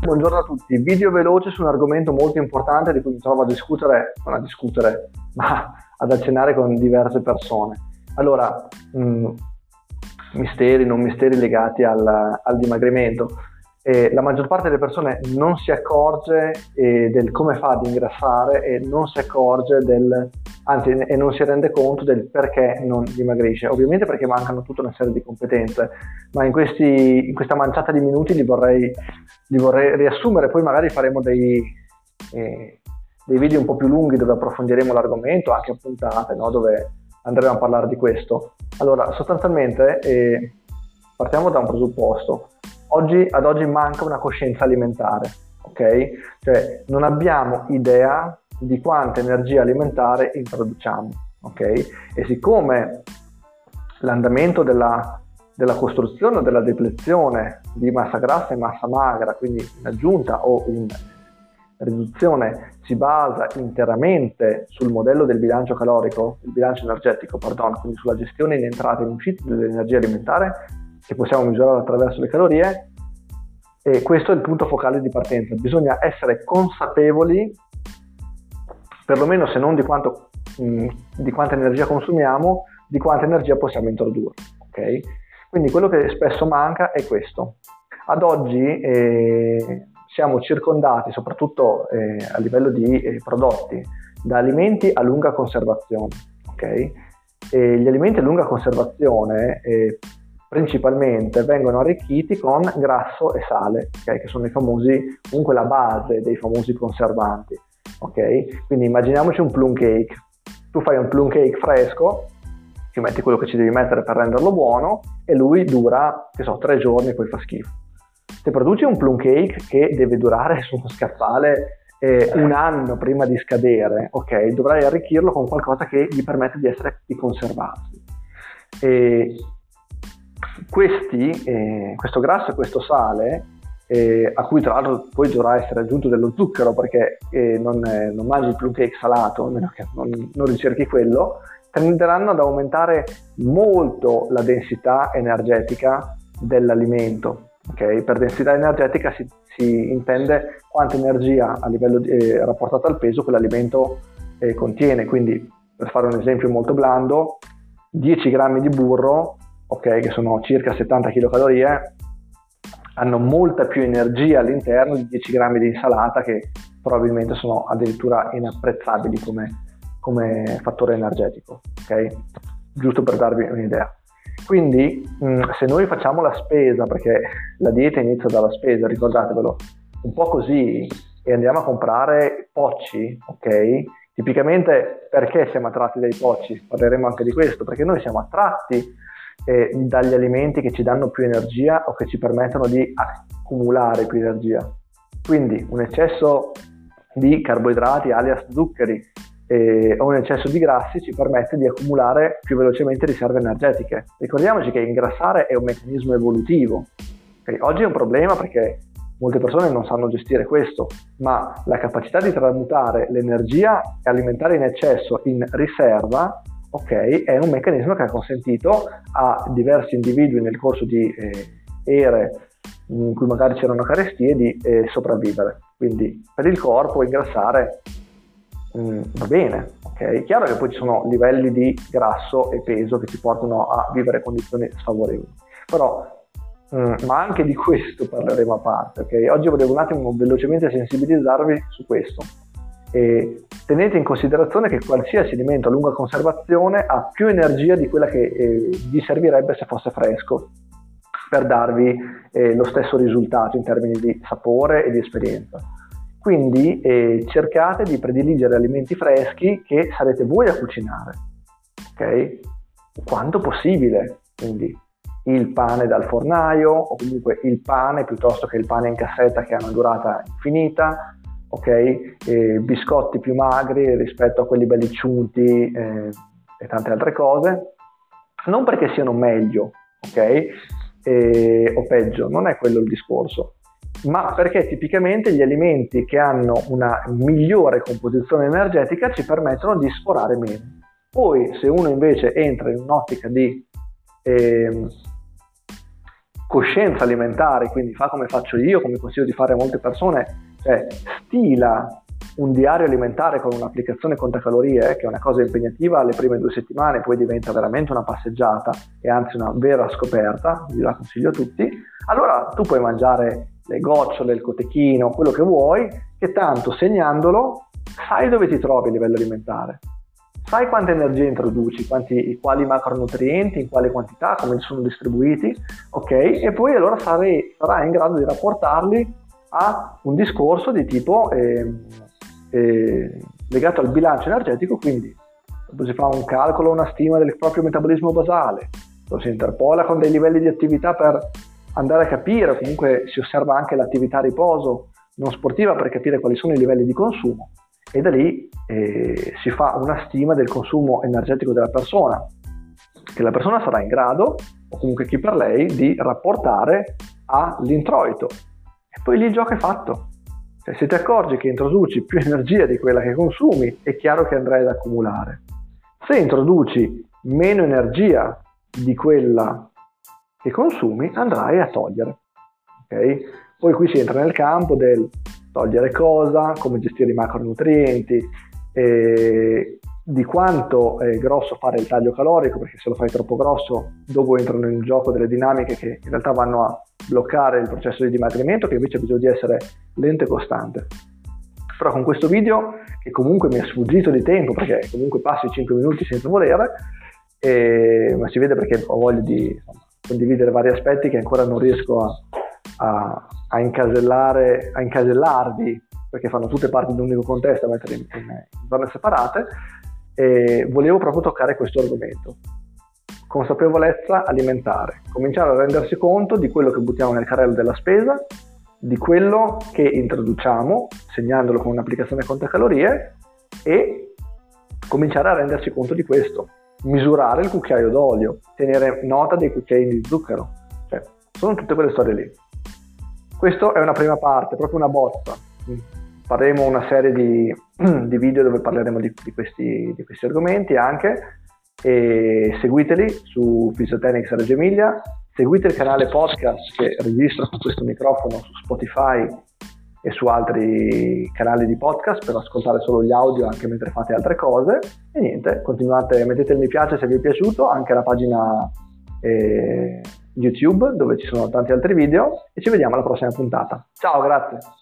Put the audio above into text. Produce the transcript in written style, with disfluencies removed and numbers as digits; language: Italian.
Buongiorno a tutti, video veloce su un argomento molto importante di cui mi trovo a discutere, non a discutere, ma ad accennare con diverse persone. Allora, misteri, non misteri legati al dimagrimento. La maggior parte delle persone non si accorge del come fa ad ingrassare e non si accorge e non si rende conto del perché non dimagrisce. Ovviamente perché mancano tutta una serie di competenze, ma in questa manciata di minuti li vorrei riassumere, poi magari faremo dei video un po' più lunghi dove approfondiremo l'argomento, anche a puntate, no? Dove andremo a parlare di questo. Allora, sostanzialmente partiamo da un presupposto. Ad oggi manca una coscienza alimentare, ok? Cioè non abbiamo idea di quanta energia alimentare introduciamo, ok? E siccome l'andamento della costruzione o della deplezione di massa grassa e massa magra, quindi in aggiunta o in riduzione, si basa interamente sul modello del bilancio calorico, il bilancio energetico, quindi sulla gestione in entrata e in uscita dell'energia alimentare, che possiamo misurare attraverso le calorie, e questo è il punto focale di partenza. Bisogna essere consapevoli, perlomeno se non di quanta energia consumiamo, di quanta energia possiamo introdurre, ok? Quindi quello che spesso manca è questo. Ad oggi siamo circondati, soprattutto a livello di prodotti, da alimenti a lunga conservazione, ok? E gli alimenti a lunga conservazione principalmente vengono arricchiti con grasso e sale, okay? Che sono comunque la base dei famosi conservanti, ok? Quindi immaginiamoci un plum cake. Tu fai un plum cake fresco, ci metti quello che ci devi mettere per renderlo buono e lui dura, 3 giorni, poi fa schifo. Se produci un plum cake che deve durare su uno scaffale un anno prima di scadere, ok? Dovrai arricchirlo con qualcosa che gli permette di conservarsi. Questo grasso e questo sale, a cui tra l'altro poi dovrà essere aggiunto dello zucchero, perché non mangi il plum cake salato, a meno che non ricerchi quello, tenderanno ad aumentare molto la densità energetica dell'alimento. Okay? Per densità energetica si intende quanta energia a livello rapportata al peso quell'alimento contiene. Quindi, per fare un esempio molto blando, 10 grammi di burro, okay, che sono circa 70 kcal, hanno molta più energia all'interno di 10 grammi di insalata, che probabilmente sono addirittura inapprezzabili come fattore energetico, ok? Giusto per darvi un'idea. Quindi se noi facciamo la spesa, perché la dieta inizia dalla spesa, ricordatevelo, un po' così, e andiamo a comprare pocci, ok? Tipicamente perché siamo attratti dai pocci? Parleremo anche di questo, perché noi siamo attratti dagli alimenti che ci danno più energia o che ci permettono di accumulare più energia. Quindi un eccesso di carboidrati, alias zuccheri, o un eccesso di grassi ci permette di accumulare più velocemente riserve energetiche. Ricordiamoci che ingrassare è un meccanismo evolutivo. Okay? Oggi è un problema perché molte persone non sanno gestire questo, ma la capacità di tramutare l'energia alimentare in eccesso in riserva, okay, è un meccanismo che ha consentito a diversi individui nel corso di ere in cui magari c'erano carestie di sopravvivere. Quindi per il corpo ingrassare va bene, ok? Chiaro che poi ci sono livelli di grasso e peso che ci portano a vivere condizioni sfavorevoli, però ma anche di questo parleremo a parte, ok? Oggi volevo un attimo velocemente sensibilizzarvi su questo. E tenete in considerazione che qualsiasi alimento a lunga conservazione ha più energia di quella che vi servirebbe se fosse fresco, per darvi lo stesso risultato in termini di sapore e di esperienza. Quindi cercate di prediligere alimenti freschi che sarete voi a cucinare, ok? Quanto possibile, quindi il pane dal fornaio, o comunque il pane piuttosto che il pane in cassetta che ha una durata infinita, ok? Biscotti più magri rispetto a quelli belli ciunti e tante altre cose, non perché siano meglio, ok? O peggio, non è quello il discorso, ma perché tipicamente gli alimenti che hanno una migliore composizione energetica ci permettono di sforare meno. Poi se uno invece entra in un'ottica di coscienza alimentare, quindi fa come faccio io, come consiglio di fare a molte persone, cioè stila un diario alimentare con un'applicazione contacalorie, che è una cosa impegnativa le prime 2 settimane, poi diventa veramente una passeggiata e anzi una vera scoperta, vi la consiglio a tutti. Allora tu puoi mangiare le gocciole, il cotechino, quello che vuoi, che tanto segnandolo sai dove ti trovi a livello alimentare, sai quanta energia introduci, quali macronutrienti, in quale quantità, come sono distribuiti, ok? E poi allora sarai in grado di rapportarli a un discorso di tipo legato al bilancio energetico, quindi si fa un calcolo, una stima del proprio metabolismo basale, lo si interpola con dei livelli di attività per andare a capire, comunque si osserva anche l'attività a riposo non sportiva per capire quali sono i livelli di consumo, e da lì si fa una stima del consumo energetico della persona, che la persona sarà in grado, o comunque chi per lei, di rapportare all'introito. E poi lì il gioco è fatto. Cioè, se ti accorgi che introduci più energia di quella che consumi, è chiaro che andrai ad accumulare. Se introduci meno energia di quella che consumi, andrai a togliere. Okay? Poi qui si entra nel campo del togliere cosa, come gestire i macronutrienti, di quanto è grosso fare il taglio calorico, perché se lo fai troppo grosso dopo entrano in gioco delle dinamiche che in realtà vanno a bloccare il processo di dimagrimento, che invece ha bisogno di essere lento e costante. Però con questo video, che comunque mi è sfuggito di tempo, perché comunque passi 5 minuti senza volere, ma si vede perché ho voglia di condividere vari aspetti che ancora non riesco a incasellarvi, perché fanno tutte parte di un unico contesto, a mettere in zone separate, e volevo proprio toccare questo argomento. Consapevolezza alimentare, cominciare a rendersi conto di quello che buttiamo nel carrello della spesa, di quello che introduciamo, segnandolo con un'applicazione contacalorie, e cominciare a rendersi conto di questo, misurare il cucchiaio d'olio, tenere nota dei cucchiaini di zucchero, cioè sono tutte quelle storie lì. Questa è una prima parte, proprio una bozza. Faremo una serie di video dove parleremo di questi argomenti anche, e seguiteli su Physiotechnics Reggio Emilia, seguite il canale podcast che registro con questo microfono su Spotify e su altri canali di podcast per ascoltare solo gli audio anche mentre fate altre cose, e niente, continuate, mettete il mi piace se vi è piaciuto, anche alla pagina YouTube dove ci sono tanti altri video, e ci vediamo alla prossima puntata. Ciao, grazie!